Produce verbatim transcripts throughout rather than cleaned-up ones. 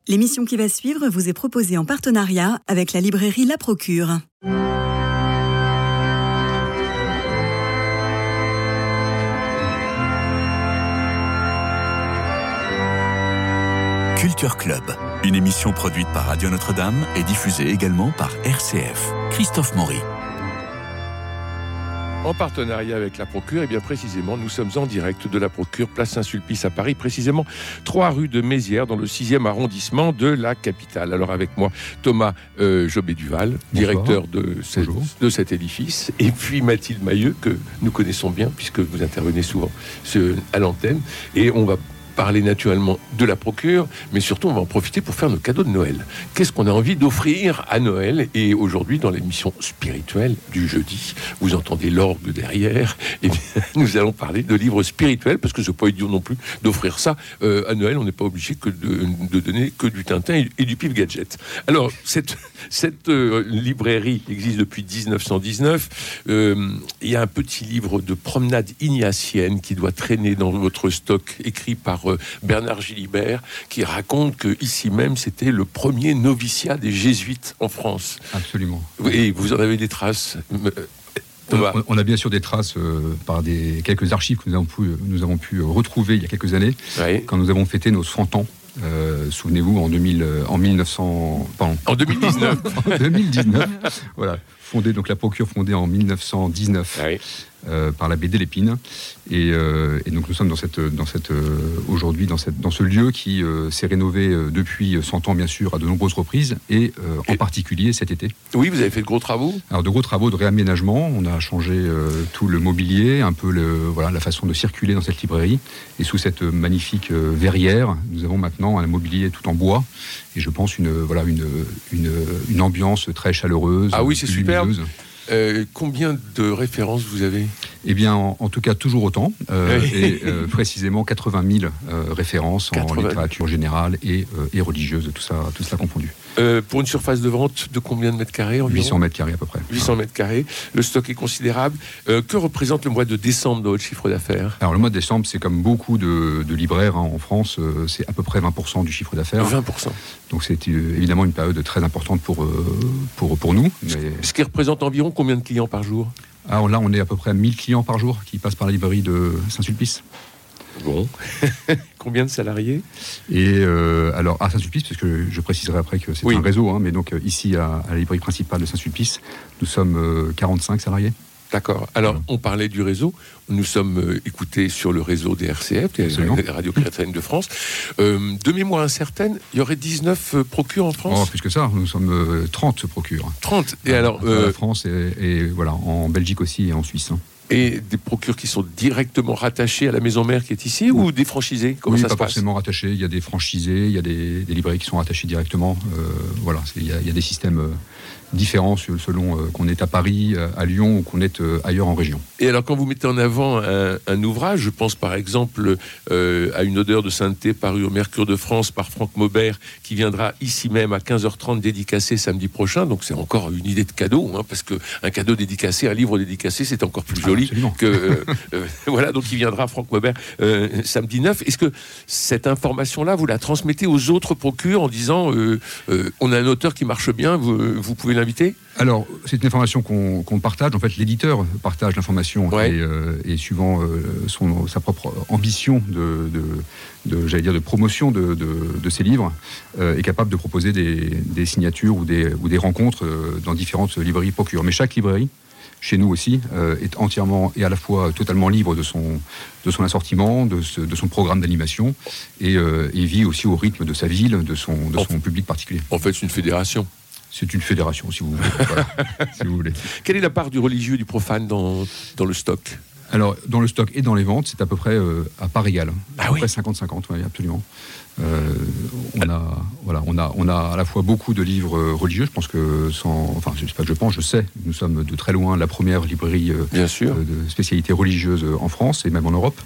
L'émission qui va suivre vous est proposée en partenariat avec la librairie La Procure. Culture Club, une émission produite par Radio Notre-Dame et diffusée également par R C F. Christophe Maury. En partenariat avec La Procure, et bien précisément, nous sommes en direct de La Procure, place Saint-Sulpice à Paris, précisément trois rue de Mézières, dans le sixième arrondissement de la capitale. Alors avec moi, Thomas euh, Jobé-Duval, directeur de, ce, de cet édifice, et puis Mathilde Mailleux, que nous connaissons bien, puisque vous intervenez souvent ce, à l'antenne, et on va parler naturellement de La Procure, mais surtout on va en profiter pour faire nos cadeaux de Noël. Qu'est-ce qu'on a envie d'offrir à Noël? Et aujourd'hui, dans l'émission spirituelle du jeudi, vous entendez l'orgue derrière, et bien, nous allons parler de livres spirituels, parce que c'est pas idiot non plus d'offrir ça euh, à Noël. On n'est pas obligé que de, de donner que du Tintin et, et du Pif Gadget. Alors, cette, cette euh, librairie existe depuis dix-neuf cent dix-neuf. Euh, il y a un petit livre de promenade ignatienne qui doit traîner dans votre stock, écrit par Bernard Gilibert, qui raconte que ici même c'était le premier noviciat des jésuites en France. Absolument. Et vous en avez des traces. On, on a bien sûr des traces euh, par des quelques archives que nous avons pu, nous avons pu retrouver il y a quelques années, oui. Quand nous avons fêté nos cent ans. Euh, souvenez-vous, en, deux mille, euh, en mille neuf cents, pardon. En deux mille dix-neuf. En deux mille dix-neuf. Voilà. Fondée, donc la Procure fondée en mille neuf cent dix-neuf. Oui. Euh, par l'abbé Delépine, et, euh, et donc nous sommes dans cette, dans cette, euh, aujourd'hui dans, cette, dans ce lieu qui euh, s'est rénové euh, depuis cent ans bien sûr à de nombreuses reprises, et, euh, et en particulier cet été. Oui, vous avez fait de gros travaux. Alors de gros travaux de réaménagement, on a changé euh, tout le mobilier, un peu le, voilà, la façon de circuler dans cette librairie, et sous cette magnifique euh, verrière, nous avons maintenant un mobilier tout en bois, et je pense une, voilà, une, une, une ambiance très chaleureuse. Ah oui, c'est superbe. Euh, combien de références vous avez? Eh bien, en, en tout cas, toujours autant, euh, et euh, précisément quatre-vingt mille euh, références quatre-vingts en littérature générale et, euh, et religieuse, tout ça, tout cela confondu. Euh, pour une surface de vente de combien de mètres carrés environ? huit cents mètres carrés à peu près. huit cents mètres carrés, le stock est considérable. Euh, que représente le mois de décembre dans votre chiffre d'affaires? Alors, le mois de décembre, c'est comme beaucoup de, de libraires hein, en France, euh, c'est à peu près vingt pour cent du chiffre d'affaires. vingt pour cent. Donc, c'est euh, évidemment une période très importante pour, euh, pour, pour nous. Mais... Ce qui représente environ combien de clients par jour? Alors là, on est à peu près à mille clients par jour qui passent par la librairie de Saint-Sulpice. Bon. Combien de salariés? Et euh, alors à Saint-Sulpice, parce que je préciserai après que c'est oui. un réseau, hein, mais donc ici à, à la librairie principale de Saint-Sulpice, nous sommes euh, quarante-cinq salariés. D'accord. Alors, voilà. On parlait du réseau. Nous sommes euh, écoutés sur le réseau des R C F, des radios chrétiennes de France. Euh, de mémoire incertaine, il y aurait dix-neuf euh, procures en France. Oh, plus que ça. Nous sommes euh, trente procures. trente. Et euh, alors, euh, la France et, et voilà, en Belgique aussi et en Suisse. Hein. Et des procures qui sont directement rattachées à la maison mère qui est ici, ou des franchisés? Comment oui, ça pas se passe? Forcément rattachés. Il y a des franchisés, il y a des, des librairies qui sont rattachées directement. Euh, voilà, il y, a, il y a des systèmes euh, différents selon euh, qu'on est à Paris, à Lyon ou qu'on est euh, ailleurs en région. Et alors, quand vous mettez en avant un, un ouvrage, je pense par exemple euh, à Une odeur de sainteté paru au Mercure de France par Franck Maubert, qui viendra ici même à quinze heures trente dédicacé samedi prochain. Donc c'est encore une idée de cadeau, hein, parce qu'un cadeau dédicacé, un livre dédicacé, c'est encore plus joli. Absolument. Que euh, euh, voilà, donc il viendra Franck Maubert euh, samedi neuf. Est-ce que cette information-là, vous la transmettez aux autres procures en disant euh, euh, on a un auteur qui marche bien, vous, vous pouvez l'inviter? Alors, c'est une information qu'on, qu'on partage. En fait, l'éditeur partage l'information, ouais. et, euh, et suivant euh, son, sa propre ambition de, de, de, j'allais dire, de promotion de, de, de ses livres, euh, est capable de proposer des, des signatures ou des, ou des rencontres euh, dans différentes librairies procures. Mais chaque librairie, chez nous aussi, euh, est entièrement et à la fois totalement libre de son, de son assortiment, de, ce, de son programme d'animation, et, euh, et vit aussi au rythme de sa ville, de son, de son public particulier. En fait, c'est une fédération. C'est une fédération, si vous voulez. Voilà, si vous voulez. Quelle est la part du religieux et du profane dans, dans le stock? Alors, dans le stock et dans les ventes, c'est à peu près euh, à part égale. À ah peu oui. près cinquante cinquante, oui, absolument. Euh, on, a, voilà, on, a, on a à la fois beaucoup de livres religieux. Je pense que, sans, enfin, je sais pas, je pense, je sais, nous sommes de très loin la première librairie euh, Bien sûr. Euh, de spécialité religieuse en France et même en Europe.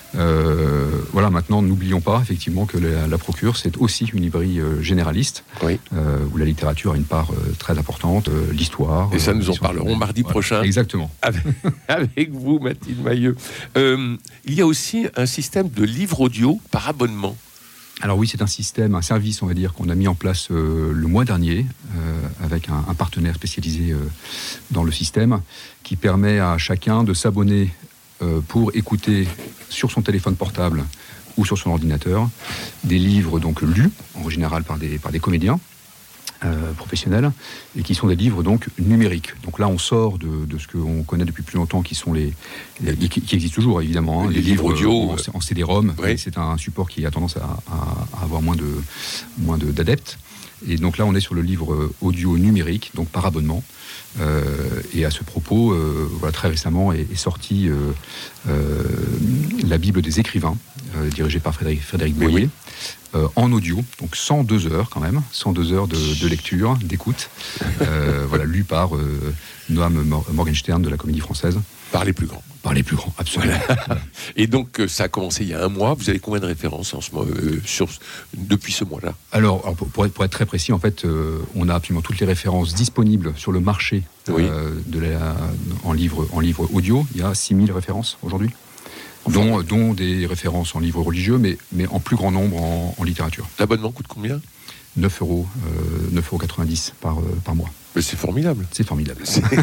Euh, voilà, maintenant, n'oublions pas effectivement que la, la Procure, c'est aussi une librairie euh, généraliste, oui. euh, où la littérature a une part euh, très importante, euh, l'histoire. Et ça, euh, nous en parlerons mardi voilà. prochain. Exactement. Avec, avec vous, Mathilde Mailleux. Euh, il y a aussi un système de livres audio par abonnement. Alors oui, c'est un système, un service, on va dire, qu'on a mis en place euh, le mois dernier euh, avec un, un partenaire spécialisé euh, dans le système qui permet à chacun de s'abonner euh, pour écouter sur son téléphone portable ou sur son ordinateur des livres donc lus, en général par des, par des comédiens euh, professionnels, et qui sont des livres donc numériques. Donc là, on sort de, de ce qu'on connaît depuis plus longtemps, qui sont les, les qui, qui existent toujours évidemment, hein, les, les livres, livres audio en, en C D-ROM. Oui. C'est un support qui a tendance à, à, à avoir moins de moins de, d'adeptes. Et donc là, on est sur le livre audio numérique, donc par abonnement. Euh, et à ce propos, euh, voilà, très récemment est, est sortie euh, euh, la Bible des écrivains, euh, dirigée par Frédéric, Frédéric Boyer, oui. euh, en audio, donc cent deux heures quand même, cent deux heures de, de lecture, d'écoute, euh, voilà, lu par euh, Noam Morgenstern de la Comédie Française. Par les plus grands. Par les plus grands, absolument. Voilà. Et donc, ça a commencé il y a un mois. Vous avez combien de références en ce mois, euh, sur, depuis ce mois-là ? Alors, alors pour, être, pour être très précis, en fait, euh, on a absolument toutes les références disponibles sur le marché oui. euh, de la, en, livre, en livre audio. Il y a six mille références aujourd'hui, enfin, dont, dont des références en livre religieux, mais, mais en plus grand nombre en, en littérature. L'abonnement coûte combien ? neuf euros, euh, neuf euros quatre-vingt-dix par, euh, par mois. Mais c'est formidable. C'est formidable.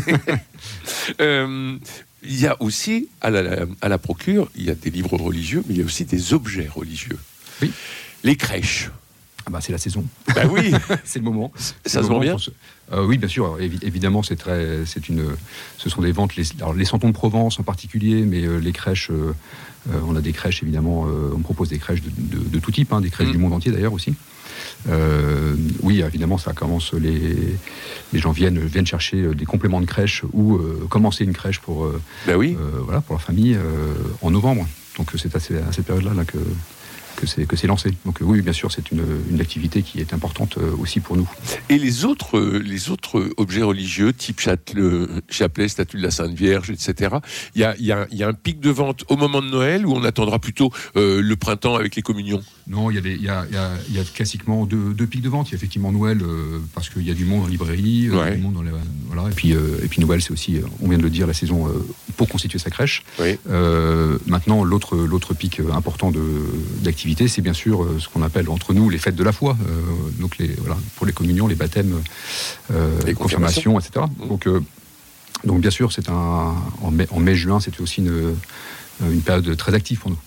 euh, il y a aussi, à la, à la procure, il y a des livres religieux, mais il y a aussi des objets religieux. Oui. Les crèches. Ah bah c'est la saison. Bah oui. C'est le moment. Ça se vend bien se... euh, Oui, bien sûr. Évi- évidemment, c'est très, c'est une, ce sont des ventes. Les, alors les Santons de Provence en particulier, mais euh, les crèches. Euh, euh, on a des crèches évidemment. Euh, on propose des crèches de, de, de tout type, hein, des crèches mmh. du monde entier d'ailleurs aussi. Euh, oui, évidemment, ça commence. Les, les gens viennent, viennent chercher des compléments de crèche ou euh, commencer une crèche pour, euh, bah oui. euh, voilà, pour leur famille euh, en novembre. Donc c'est à, à cette période-là là, que, que, c'est, que c'est lancé. Donc oui, bien sûr, c'est une, une activité qui est importante aussi pour nous. Et les autres, les autres objets religieux, type châtelet, chapelet, statue de la Sainte Vierge, et cetera, il y a, y, a, y a un pic de vente au moment de Noël ou on attendra plutôt euh, le printemps avec les communions ? Non, il y a, des, il y a, il y a, il y a classiquement deux, deux pics de vente. Il y a effectivement Noël, euh, parce qu'il y a du monde en librairie, euh, ouais. du monde dans les, voilà, et, puis, euh, et puis Noël, c'est aussi, on vient de le dire, la saison euh, pour constituer sa crèche. Oui. Euh, maintenant, l'autre, l'autre pic important de, d'activité, c'est bien sûr euh, ce qu'on appelle entre nous les fêtes de la foi. Euh, donc les, voilà, pour les communions, les baptêmes, euh, les confirmations, et cetera. Mmh. Donc, euh, donc bien sûr, c'est un, en mai, en mai-juin, c'était aussi une, une période très active pour nous.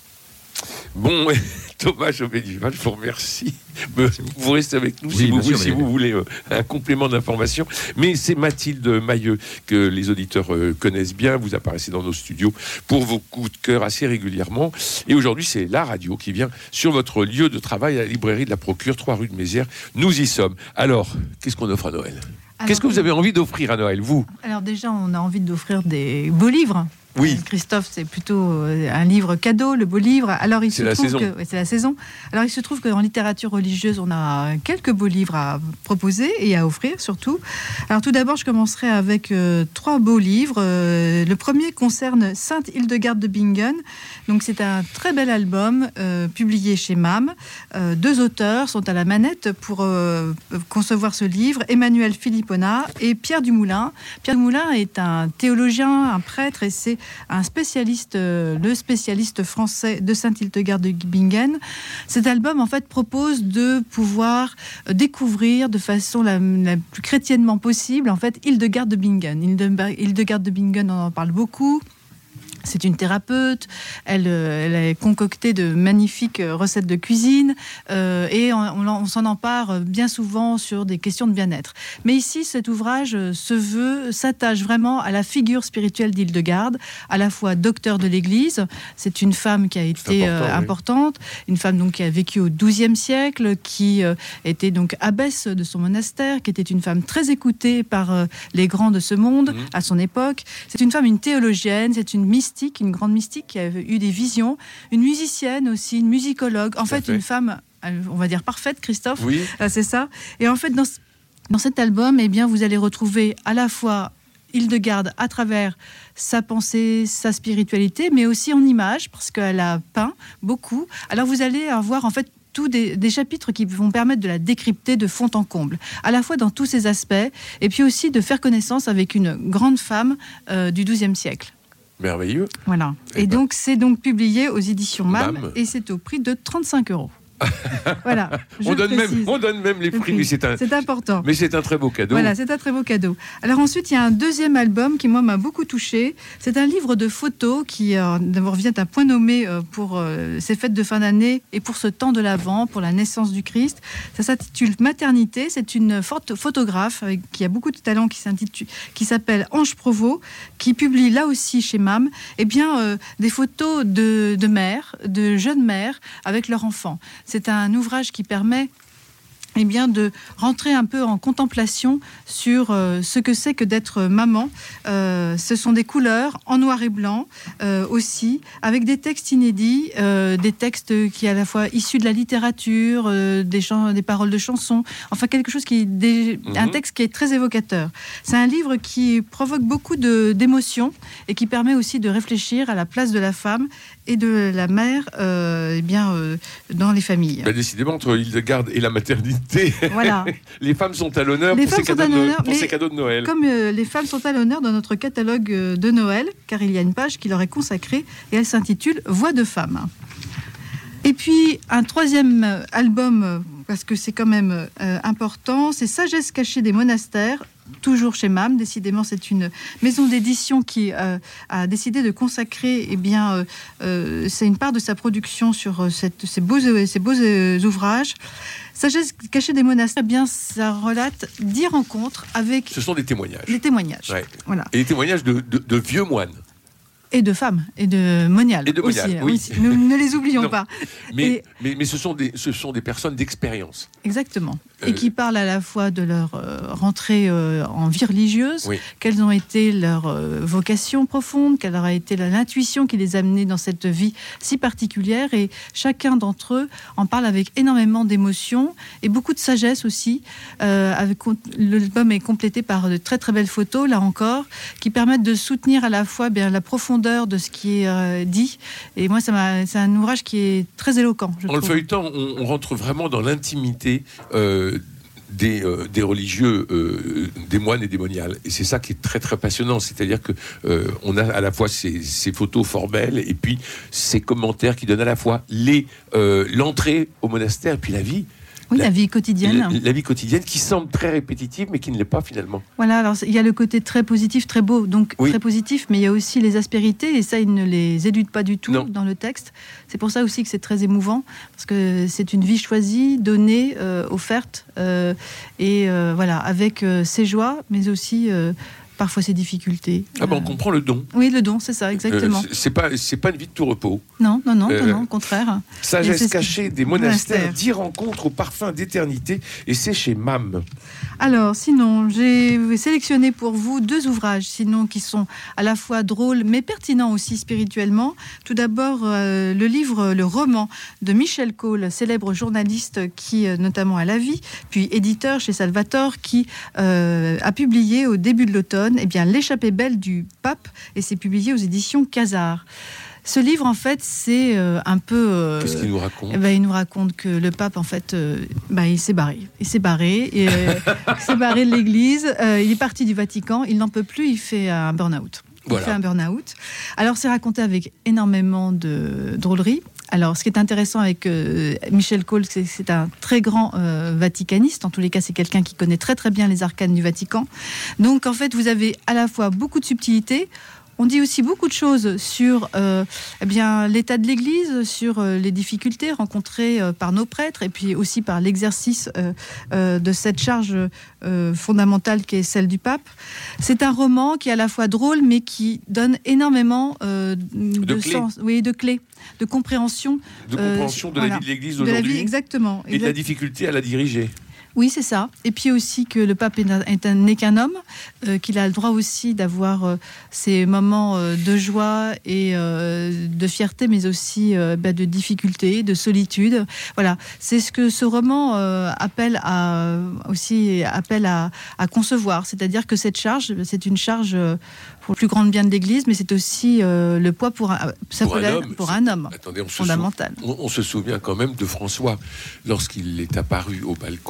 Bon, Thomas Jobé-Duval, je vous remercie. Vous restez avec nous oui, si, vous, sûr, si mais... vous voulez euh, un complément d'information. Mais c'est Mathilde Mailleux que les auditeurs euh, connaissent bien. Vous apparaissez dans nos studios pour vos coups de cœur assez régulièrement. Et aujourd'hui, c'est la radio qui vient sur votre lieu de travail à la librairie de la Procure, trois rue de Mézières. Nous y sommes. Alors, qu'est-ce qu'on offre à Noël ? Alors, qu'est-ce que vous avez envie d'offrir à Noël, vous ? Alors déjà, on a envie d'offrir des beaux livres. Oui. Christophe, c'est plutôt un livre cadeau, le beau livre. Alors il c'est se la trouve saison. que ouais, c'est la saison. Alors il se trouve qu'en littérature religieuse, on a quelques beaux livres à proposer et à offrir surtout. Alors tout d'abord, je commencerai avec euh, trois beaux livres. Euh, le premier concerne Sainte Hildegarde de Bingen. Donc c'est un très bel album euh, publié chez M A M. Euh, deux auteurs sont à la manette pour euh, concevoir ce livre, Emmanuel Philippona et Pierre Dumoulin. Pierre Dumoulin est un théologien, un prêtre, et c'est un spécialiste, euh, le spécialiste français de Sainte Hildegarde de Bingen. Cet album, en fait, propose de pouvoir euh, découvrir de façon la, la plus chrétiennement possible, en fait, Hildegarde de Bingen. Hildegarde de Bingen, on en parle beaucoup. C'est une thérapeute, elle, elle a concocté de magnifiques recettes de cuisine euh, et on, on, on s'en empare bien souvent sur des questions de bien-être. Mais ici, cet ouvrage se veut, s'attache vraiment à la figure spirituelle d'Hildegarde, à la fois docteur de l'Église, c'est une femme qui a été important, euh, importante, oui. Une femme donc qui a vécu au douzième siècle, qui euh, était donc abbesse de son monastère, qui était une femme très écoutée par euh, les grands de ce monde mmh. à son époque. C'est une femme, une théologienne, c'est une mystique, une grande mystique qui a eu des visions, une musicienne aussi, une musicologue, en fait, fait une femme, on va dire parfaite, Christophe, oui. C'est ça. Et en fait, dans, dans cet album, eh bien, vous allez retrouver à la fois Hildegarde à travers sa pensée, sa spiritualité, mais aussi en images, parce qu'elle a peint beaucoup. Alors vous allez avoir en fait Des, des chapitres qui vont permettre de la décrypter de fond en comble, à la fois dans tous ses aspects, et puis aussi de faire connaissance avec une grande femme euh, du douzième siècle. Merveilleux. Voilà. Et, et ben, donc, c'est donc publié aux éditions M A M, M A M. Et c'est au prix de trente-cinq euros. Voilà. on, donne même, on donne même les prix, mais c'est un, c'est important. Mais c'est un très beau cadeau. Voilà, c'est un très beau cadeau. Alors ensuite, il y a un deuxième album qui, moi, m'a beaucoup touchée. C'est un livre de photos qui, euh, d'abord, vient à point nommé euh, pour euh, ces fêtes de fin d'année et pour ce temps de l'Avent, pour la naissance du Christ. Ça s'intitule Maternité. C'est une forte photographe avec, qui a beaucoup de talent, qui s'intitule, qui s'appelle Ange Provost, qui publie là aussi chez M A M, eh bien, euh, des photos de, de mères, de jeunes mères avec leurs enfants. C'est un ouvrage qui permet eh bien, de rentrer un peu en contemplation sur euh, ce que c'est que d'être maman. Euh, ce sont des couleurs en noir et blanc euh, aussi, avec des textes inédits, euh, des textes qui à la fois issus de la littérature, euh, des, chants, des paroles de chansons, enfin quelque chose qui est des, mmh. un texte qui est très évocateur. C'est un livre qui provoque beaucoup de, d'émotions et qui permet aussi de réfléchir à la place de la femme et de la mère euh, eh bien, euh, dans les familles. Ben, décidément, entre Hildegarde et la maternité, voilà. les femmes sont à l'honneur les pour, ces cadeaux, de, pour ces cadeaux de Noël. Comme euh, les femmes sont à l'honneur dans notre catalogue de Noël, car il y a une page qui leur est consacrée et elle s'intitule « Voix de femme ». Et puis, un troisième album, parce que c'est quand même euh, important, c'est « Sagesse cachée des monastères », toujours chez M A M. Décidément, c'est une maison d'édition qui euh, a décidé de consacrer, eh bien, euh, euh, c'est une part de sa production sur euh, cette, ces beaux, ces beaux euh, ouvrages. Sagesse cachée des monastères, eh bien, ça relate dix rencontres avec... Ce sont des témoignages. Des témoignages, ouais. Voilà. Et des témoignages de, de, de vieux moines. Et de femmes, et de moniales. Et de moniales, aussi, oui. aussi. Ne, ne les oublions pas. Mais, et... mais, mais ce, sont des, ce sont des personnes d'expérience. Exactement. Euh... Et qui parlent à la fois de leur euh, rentrée euh, en vie religieuse, oui. Quelles ont été leurs euh, vocations profondes, quelle a été l'intuition qui les a menés dans cette vie si particulière. Et chacun d'entre eux en parle avec énormément d'émotion et beaucoup de sagesse aussi. Euh, avec, l'album est complété par de très très belles photos, là encore, qui permettent de soutenir à la fois bien, la profondeur de ce qui est euh, dit. Et moi, ça m'a, c'est un ouvrage qui est très éloquent. Je en trouve. le feuilletant, on, on rentre vraiment dans l'intimité euh, des, euh, des religieux, euh, des moines et des moniales. Et c'est ça qui est très très passionnant. C'est-à-dire que euh, on a à la fois ces, ces photos fort belles et puis ces commentaires qui donnent à la fois les, euh, l'entrée au monastère et puis la vie. Oui, la, la vie quotidienne. La, la vie quotidienne qui semble très répétitive, mais qui ne l'est pas finalement. Voilà, alors il y a le côté très positif, très beau, donc oui. Très positif, mais il y a aussi les aspérités, et ça, il ne les élude pas du tout non. Dans le texte. C'est pour ça aussi que c'est très émouvant, parce que c'est une vie choisie, donnée, euh, offerte, euh, et euh, voilà, avec euh, ses joies, mais aussi... Euh, parfois ses difficultés. Ah ben on comprend le don. Oui, le don, c'est ça, exactement. Euh, c'est pas, c'est pas une vie de tout repos. Non, non, non, euh, non, non, au contraire. Sagesse cachée des monastères, dix rencontres au parfum d'éternité, et c'est chez M A M. Alors, sinon, j'ai sélectionné pour vous deux ouvrages, sinon qui sont à la fois drôles, mais pertinents aussi spirituellement. Tout d'abord, euh, le livre, le roman de Michel Cole, célèbre journaliste qui, euh, notamment à La Vie, puis éditeur chez Salvator, qui euh, a publié au début de l'automne eh bien, L'échappée belle du pape, et c'est publié aux éditions Casar. Ce livre, en fait, c'est euh, un peu... Euh, Qu'est-ce qu'il nous raconte ? eh ben, il nous raconte que le pape, en fait, euh, bah, il s'est barré. Il s'est barré, et, euh, il s'est barré de l'Église, euh, il est parti du Vatican, il n'en peut plus, il fait un burn-out. Il voilà. fait un burn-out. Alors, c'est raconté avec énormément de drôlerie. Alors, ce qui est intéressant avec euh, Michel Cole, c'est que c'est un très grand euh, vaticaniste. En tous les cas, c'est quelqu'un qui connaît très très bien les arcanes du Vatican. Donc, en fait, vous avez à la fois beaucoup de subtilité. On dit aussi beaucoup de choses sur euh, eh bien, l'état de l'Église, sur euh, les difficultés rencontrées euh, par nos prêtres et puis aussi par l'exercice euh, euh, de cette charge euh, fondamentale qui est celle du pape. C'est un roman qui est à la fois drôle mais qui donne énormément euh, de, de sens, oui, de clés, de compréhension. De compréhension euh, de la voilà, vie de l'Église d'aujourd'hui. De la vie, exactement. Et de la difficulté à la diriger. Oui, c'est ça. Et puis aussi que le pape n'est qu'un homme, euh, qu'il a le droit aussi d'avoir euh, ses moments euh, de joie et euh, de fierté, mais aussi euh, bah, de difficulté, de solitude. Voilà, c'est ce que ce roman euh, appelle à aussi appelle à, à concevoir, c'est-à-dire que cette charge, c'est une charge pour le plus grand bien de l'Église, mais c'est aussi euh, le poids pour un, ça pour, un homme, pour un homme. Attendez, on fondamental. Se sou... on, on se souvient quand même de François lorsqu'il est apparu au balcon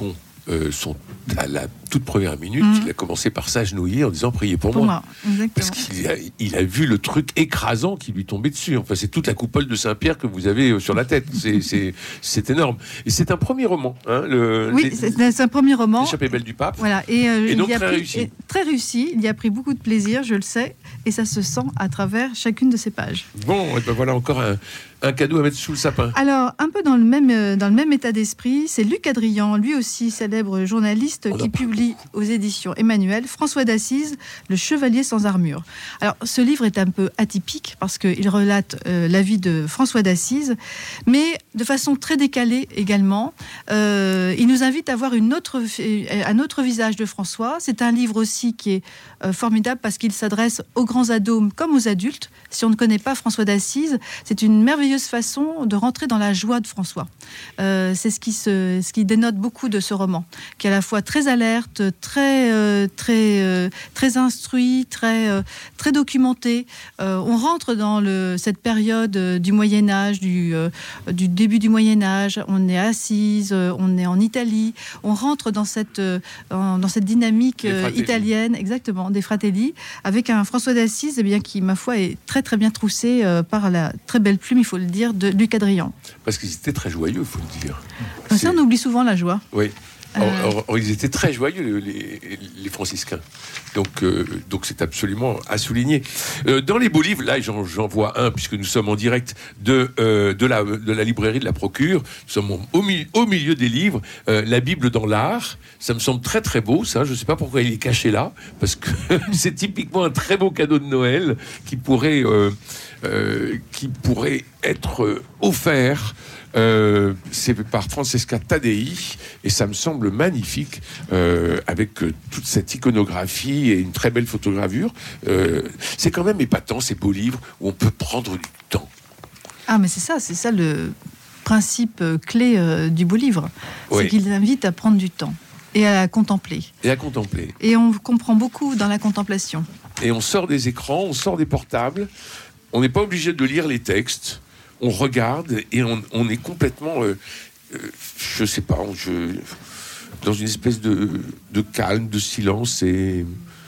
euh, son, à la toute première minute, Mmh. il a commencé par s'agenouiller en disant « Priez pour, Pour moi ». moi, Parce qu'il a, il a vu le truc écrasant qui lui tombait dessus. Enfin, c'est toute la coupole de Saint-Pierre que vous avez euh, sur la tête. C'est, c'est, c'est énorme. Et c'est un premier roman. Hein, le, Oui, les, c'est, c'est un premier roman. L'échappée belle du pape. Voilà. Et, euh, Et donc il y a très pris- réussi. et très réussi. Il y a pris beaucoup de plaisir, je le sais. Et ça se sent à travers chacune de ces pages. Bon, et ben voilà encore un, un cadeau à mettre sous le sapin. Alors, un peu dans le même, euh, dans le même état d'esprit, c'est Luc Adrian, lui aussi célèbre journaliste, On qui a- publie aux éditions Emmanuel François d'Assise, Le Chevalier sans armure. Alors, ce livre est un peu atypique parce qu'il relate euh, la vie de François d'Assise, mais de façon très décalée également. Euh, il nous invite à voir une autre, un autre visage de François. C'est un livre aussi qui est euh, formidable parce qu'il s'adresse aux grands ados comme aux adultes. Si on ne connaît pas François d'Assise, c'est une merveilleuse façon de rentrer dans la joie de François. Euh, c'est ce qui, se, ce qui dénote beaucoup de ce roman, qui est à la fois très alerte, très, euh, très, euh, très instruit, très, euh, très documenté. Euh, on rentre dans le, cette période euh, du Moyen-Âge, du, euh, du début du Moyen-Âge. On est à Assise, euh, on est en Italie. On rentre dans cette, euh, en- dans cette dynamique Des euh, Fratelli. italienne, exactement, des Fratelli, avec un François d'Assise eh bien, qui, ma foi, est très très bien troussé euh, par la très belle plume, il faut le dire, de Luc Adrian. Parce qu'ils étaient très joyeux, il faut le dire. Ça, C'est- on oublie souvent la joie. Oui. Or, Euh. or- or, ils étaient très joyeux, les, les franciscains. Donc, euh, donc c'est absolument à souligner. Euh, dans les beaux livres, là, j'en, j'en vois un, puisque nous sommes en direct de, euh, de, la, de la librairie de la Procure. Nous sommes au, mi- au milieu des livres. Euh, la Bible dans l'art, ça me semble très très beau, ça. Je ne sais pas pourquoi il est caché là, parce que c'est typiquement un très beau cadeau de Noël qui pourrait, euh, euh, qui pourrait être euh, offert. Euh, c'est par Francesca Taddei et ça me semble magnifique euh, avec euh, toute cette iconographie et une très belle photogravure. Euh, c'est quand même épatant ces beaux livres où on peut prendre du temps. Ah, mais c'est ça, c'est ça le principe euh, clé euh, du beau livre. Oui. C'est qu'il invite à prendre du temps et à contempler. Et à contempler. Et on comprend beaucoup dans la contemplation. Et on sort des écrans, on sort des portables. On n'est pas obligé de lire les textes. On regarde et on, on est complètement, euh, euh, je sais pas, je, dans une espèce de, de calme, de silence et,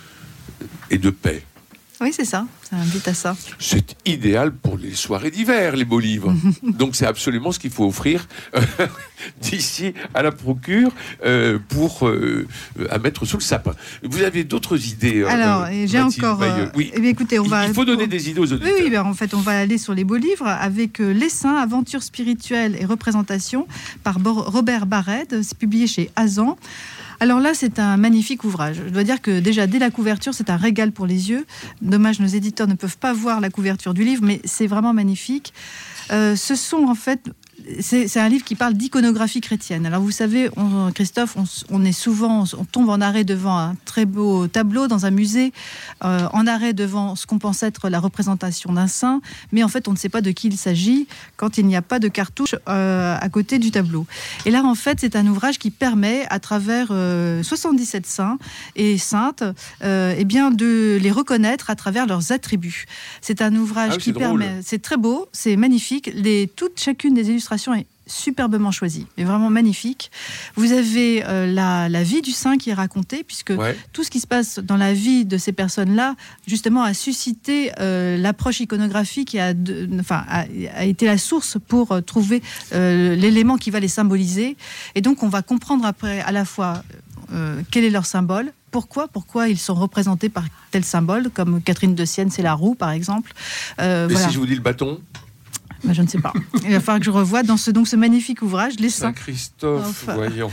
et de paix. Oui, c'est ça, ça invite à ça. C'est idéal pour les soirées d'hiver, les beaux livres. Donc c'est absolument ce qu'il faut offrir euh, d'ici à la Procure euh, pour euh, à mettre sous le sapin. Vous avez d'autres idées euh, Alors, et j'ai Mathilde encore... Bayeux euh, Oui. eh bien, écoutez, on Il- va... Il faut donner des idées aux Oui, auditeurs. oui, ben, en fait, on va aller sur les beaux livres avec euh, L'Essaim, Aventures spirituelles et représentations par Bo- Robert Barrède. C'est publié chez Azan. Alors là, c'est un magnifique ouvrage. Je dois dire que déjà, dès la couverture, c'est un régal pour les yeux. Dommage, nos éditeurs ne peuvent pas voir la couverture du livre, mais c'est vraiment magnifique. Euh, ce sont en fait... C'est, c'est un livre qui parle d'iconographie chrétienne. Alors vous savez, on, Christophe, on, on est souvent, on tombe en arrêt devant un très beau tableau dans un musée, euh, en arrêt devant ce qu'on pense être la représentation d'un saint, mais en fait on ne sait pas de qui il s'agit quand il n'y a pas de cartouche euh, à côté du tableau. Et là en fait c'est un ouvrage qui permet à travers euh, soixante-dix-sept saints et saintes, euh, eh bien de les reconnaître à travers leurs attributs. C'est un ouvrage Ah oui, qui c'est drôle. permet, c'est très beau, c'est magnifique. Les, toute chacune des illustrations est superbement choisie, est vraiment magnifique. Vous avez euh, la, la vie du saint qui est racontée, puisque Ouais. tout ce qui se passe dans la vie de ces personnes-là, justement, a suscité euh, l'approche iconographique et a, de, enfin, a, a été la source pour euh, trouver euh, l'élément qui va les symboliser. Et donc, on va comprendre après à la fois euh, quel est leur symbole, pourquoi, pourquoi ils sont représentés par tel symbole, comme Catherine de Sienne, c'est la roue, par exemple. Euh, Mais voilà. si je vous dis le bâton, Ben, je ne sais pas. Il va falloir que je revoie dans ce, donc, ce magnifique ouvrage, Les Saints. Saint-Christophe, Enfin. voyons.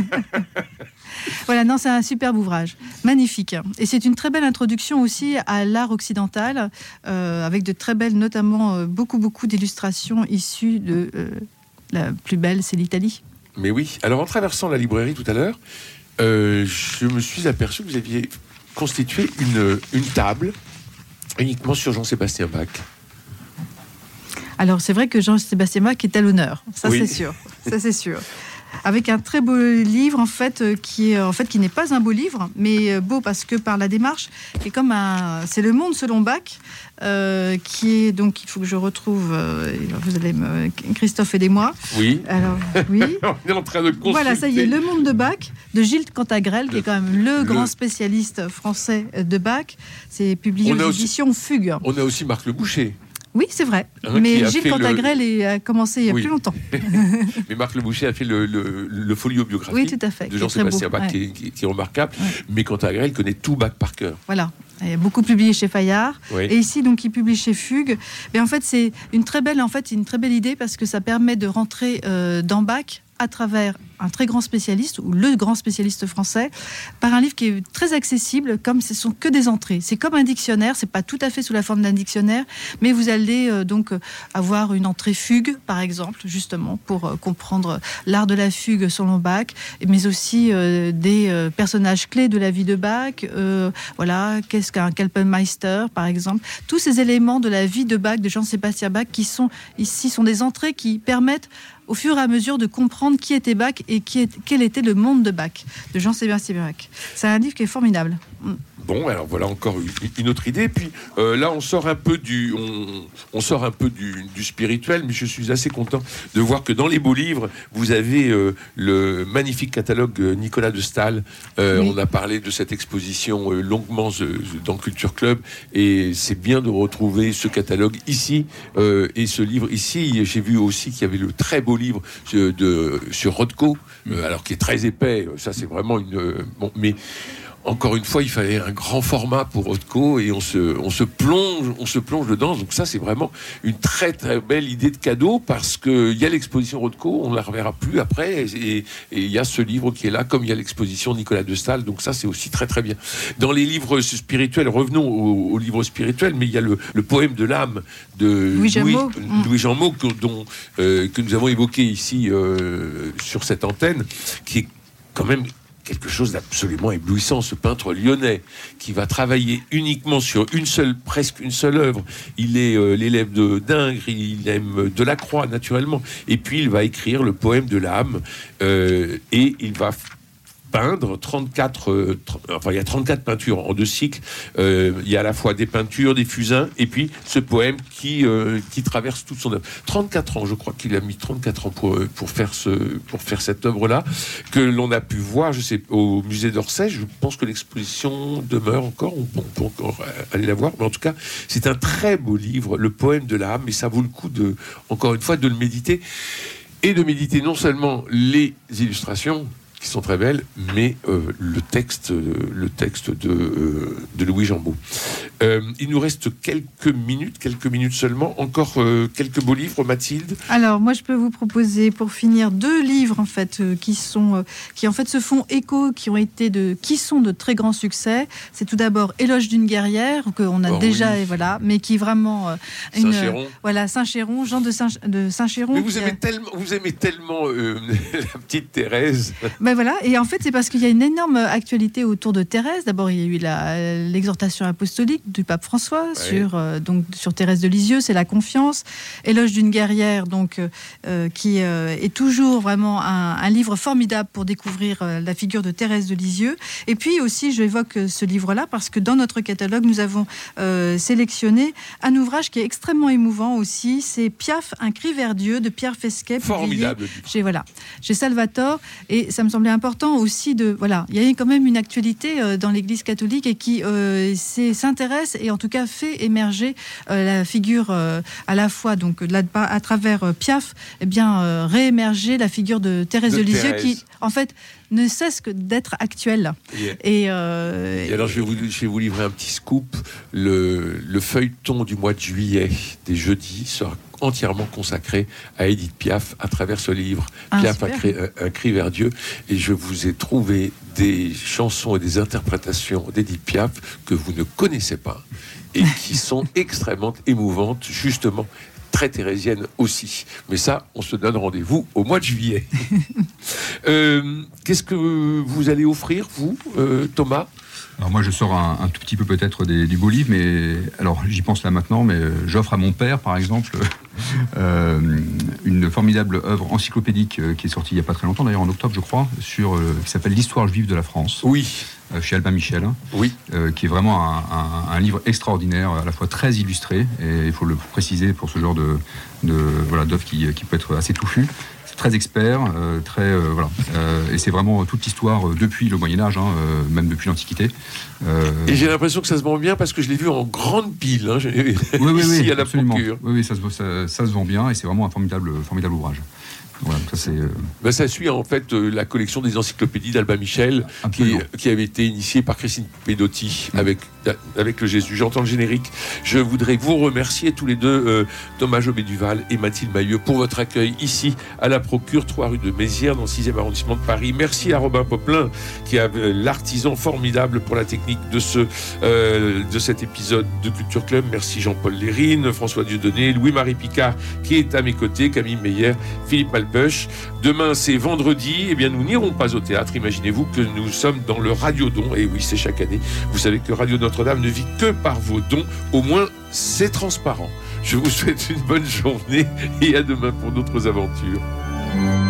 Voilà, non, c'est un superbe ouvrage, magnifique. Et c'est une très belle introduction aussi à l'art occidental, euh, avec de très belles, notamment euh, beaucoup, beaucoup d'illustrations issues de euh, la plus belle, c'est l'Italie. Mais oui. Alors en traversant la librairie tout à l'heure, euh, je me suis aperçu que vous aviez constitué une, une table uniquement sur Jean-Sébastien Bach. Alors c'est vrai que Jean-Sébastien Bach est à l'honneur, ça Oui. c'est sûr, ça c'est sûr. avec un très beau livre en fait euh, qui est en fait qui n'est pas un beau livre, mais euh, beau parce que par la démarche, qui est comme un, c'est Le Monde selon Bach, euh, qui est donc il faut que je retrouve. Euh, vous allez me, Christophe, aidez-moi. Oui. Alors oui. On est en train de consulter. Voilà, ça y est, Le Monde de Bach de Gilles Cantagrel, qui est quand même le, le... grand spécialiste français de Bach. C'est publié aux aussi... éditions Fugue. On a aussi Marc Le Boucher. Oui, c'est vrai. Hein, mais Gilles Cantagrel le... a commencé il y a oui. plus longtemps. Mais Marc Le Boucher a fait le, le, le folio biographique oui, tout à fait, de Jean-Sébastien Bach, ouais. qui, est, qui, qui est remarquable. Ouais. Mais Cantagrel connaît tout Bach par cœur. Voilà. Il y a beaucoup publié chez Fayard. Oui. Et ici, donc, il publie chez Fugue. Mais en fait, c'est une très belle, en fait, une très belle idée parce que ça permet de rentrer euh, dans Bach à travers un très grand spécialiste, ou le grand spécialiste français, par un livre qui est très accessible, comme ce sont que des entrées. C'est comme un dictionnaire, c'est pas tout à fait sous la forme d'un dictionnaire, mais vous allez euh, donc avoir une entrée fugue, par exemple, justement, pour euh, comprendre l'art de la fugue selon Bach, mais aussi euh, des euh, personnages clés de la vie de Bach, euh, voilà, qu'est-ce qu'un Kapellmeister, par exemple. Tous ces éléments de la vie de Bach, de Jean-Sébastien Bach, qui sont ici, sont des entrées qui permettent au fur et à mesure de comprendre qui était Bach et qui est, quel était le monde de Bach, de Jean-Sébastien Bach. C'est un livre qui est formidable. Bon, alors voilà encore une autre idée. Puis euh, là, on sort un peu du, on, on sort un peu du, du spirituel, mais je suis assez content de voir que dans les beaux livres, vous avez euh, le magnifique catalogue Nicolas de Staël. Euh, oui. On a parlé de cette exposition euh, longuement euh, dans Culture Club, et c'est bien de retrouver ce catalogue ici euh, et ce livre ici. J'ai vu aussi qu'il y avait le très beau livre euh, de sur Rothko, euh, alors qui est très épais. Ça, c'est vraiment une euh, bon, mais encore une fois, il fallait un grand format pour Rothko et on se, on se plonge, on se plonge dedans. Donc ça, c'est vraiment une très très belle idée de cadeau parce que il y a l'exposition Rothko, on ne la reverra plus après, et il y a ce livre qui est là, comme il y a l'exposition Nicolas de Staël. Donc ça, c'est aussi très très bien. Dans les livres spirituels, revenons aux, aux livres spirituels, mais il y a le, le poème de l'âme de Louis-Jean Meaux, Louis, Louis-Jean Meaux que, dont, euh, que nous avons évoqué ici euh, sur cette antenne, qui est quand même quelque chose d'absolument éblouissant, ce peintre lyonnais qui va travailler uniquement sur une seule, presque une seule œuvre. Il est euh, l'élève de d'Ingres, il aime Delacroix naturellement, et puis il va écrire le poème de l'âme, euh, et il va peindre trente-quatre, euh, trente, enfin il y a trente-quatre peintures en deux cycles. Euh, il y a à la fois des peintures, des fusains, et puis ce poème qui euh, qui traverse toute son œuvre. trente-quatre ans, je crois qu'il a mis trente-quatre ans pour pour faire ce pour faire cette œuvre-là, que l'on a pu voir, je sais, au musée d'Orsay. Je pense que l'exposition demeure encore. On peut encore aller la voir, mais en tout cas, c'est un très beau livre, le poème de l'âme, et ça vaut le coup de, encore une fois, de le méditer et de méditer non seulement les illustrations qui sont très belles, mais euh, le texte, euh, le texte de, euh, de Louis-Jean Meaux. Euh, il nous reste quelques minutes, quelques minutes seulement. Encore euh, quelques beaux livres, Mathilde. Alors, moi, je peux vous proposer, pour finir, deux livres en fait euh, qui sont, euh, qui en fait se font écho, qui ont été de, qui sont de très grands succès. C'est tout d'abord Éloge d'une guerrière qu'on a oh, déjà, oui. et voilà, mais qui vraiment euh, une, Saint-Chéron. Euh, voilà, Saint-Chéron, Jean de, Saint, de Saint-Chéron. Mais vous aimez a... tellement, vous aimez tellement euh, la petite Thérèse. Ben voilà, et en fait, c'est parce qu'il y a une énorme actualité autour de Thérèse. D'abord, il y a eu la, l'exhortation apostolique du pape François ouais. sur, euh, donc, sur Thérèse de Lisieux, c'est la confiance. Éloge d'une guerrière, donc, euh, qui euh, est toujours vraiment un, un livre formidable pour découvrir euh, la figure de Thérèse de Lisieux. Et puis aussi, je évoque ce livre-là parce que dans notre catalogue, nous avons euh, sélectionné un ouvrage qui est extrêmement émouvant aussi. C'est Piaf, un cri vers Dieu de Pierre Fesquet. Formidable. Chez, voilà, chez Salvatore. Et ça me semblait important aussi de... Voilà, il y a quand même une actualité euh, dans l'Église catholique et qui euh, s'intéresse et en tout cas fait émerger euh, la figure euh, à la fois, donc là, à travers euh, Piaf, eh bien, euh, réémerger la figure de Thérèse de, de Lisieux Thérèse. Qui, en fait, ne cesse que d'être actuelle. Yeah. Et, euh, et alors, je vais, vous, je vais vous livrer un petit scoop. Le, le feuilleton du mois de juillet, des jeudis, sera entièrement consacré à Édith Piaf à travers ce livre. Ah, Piaf, un cri, un, un cri vers Dieu. Et je vous ai trouvé des chansons et des interprétations d'Édith Piaf que vous ne connaissez pas et qui sont extrêmement émouvantes, justement très thérésienne aussi. Mais ça, on se donne rendez-vous au mois de juillet. euh, qu'est-ce que vous allez offrir, vous, euh, Thomas ? Alors moi, je sors un, un tout petit peu peut-être des, du beau livre, mais alors j'y pense là maintenant, mais j'offre à mon père, par exemple, euh, une formidable œuvre encyclopédique euh, qui est sortie il n'y a pas très longtemps, d'ailleurs en octobre, je crois, sur, euh, qui s'appelle l'Histoire juive de la France. Oui. Euh, chez Albin Michel. Oui. Euh, qui est vraiment un, un, un livre extraordinaire, à la fois très illustré, et il faut le préciser pour ce genre de, de voilà, d'œuvre qui, qui peut être assez touffu. Très expert, euh, très euh, voilà, euh, et c'est vraiment toute l'histoire euh, depuis le Moyen Âge, hein, euh, même depuis l'Antiquité. Euh... Et j'ai l'impression que ça se vend bien parce que je l'ai vu en grande pile, hein, oui, oui, ici oui, à la absolument. procure. Oui, oui, ça se, ça, ça se vend bien et c'est vraiment un formidable, formidable ouvrage. Voilà, ça, c'est, euh... ben, ça suit en fait euh, la collection des encyclopédies d'Albin Michel qui, qui avait été initiée par Christine Pedotti mmh. avec, avec le Jésus. J'entends le générique. Je voudrais vous remercier tous les deux, euh, Thomas Jobé-Duval et Mathilde Mailleux, pour votre accueil ici à la Procure, trois rue de Mézières, dans le sixième arrondissement de Paris. Merci à Robin Poplin, qui est euh, l'artisan formidable pour la technique de, ce, euh, de cet épisode de Culture Club. Merci Jean-Paul Lérine, François Dieudonné, Louis-Marie Picard, qui est à mes côtés, Camille Meyer, Philippe Malpeuch. Demain, c'est vendredi. Eh bien, nous n'irons pas au théâtre. Imaginez-vous que nous sommes dans le Radiodon. Et oui, c'est chaque année. Vous savez que Radio Notre-Dame ne vit que par vos dons. Au moins, c'est transparent. Je vous souhaite une bonne journée et à demain pour d'autres aventures.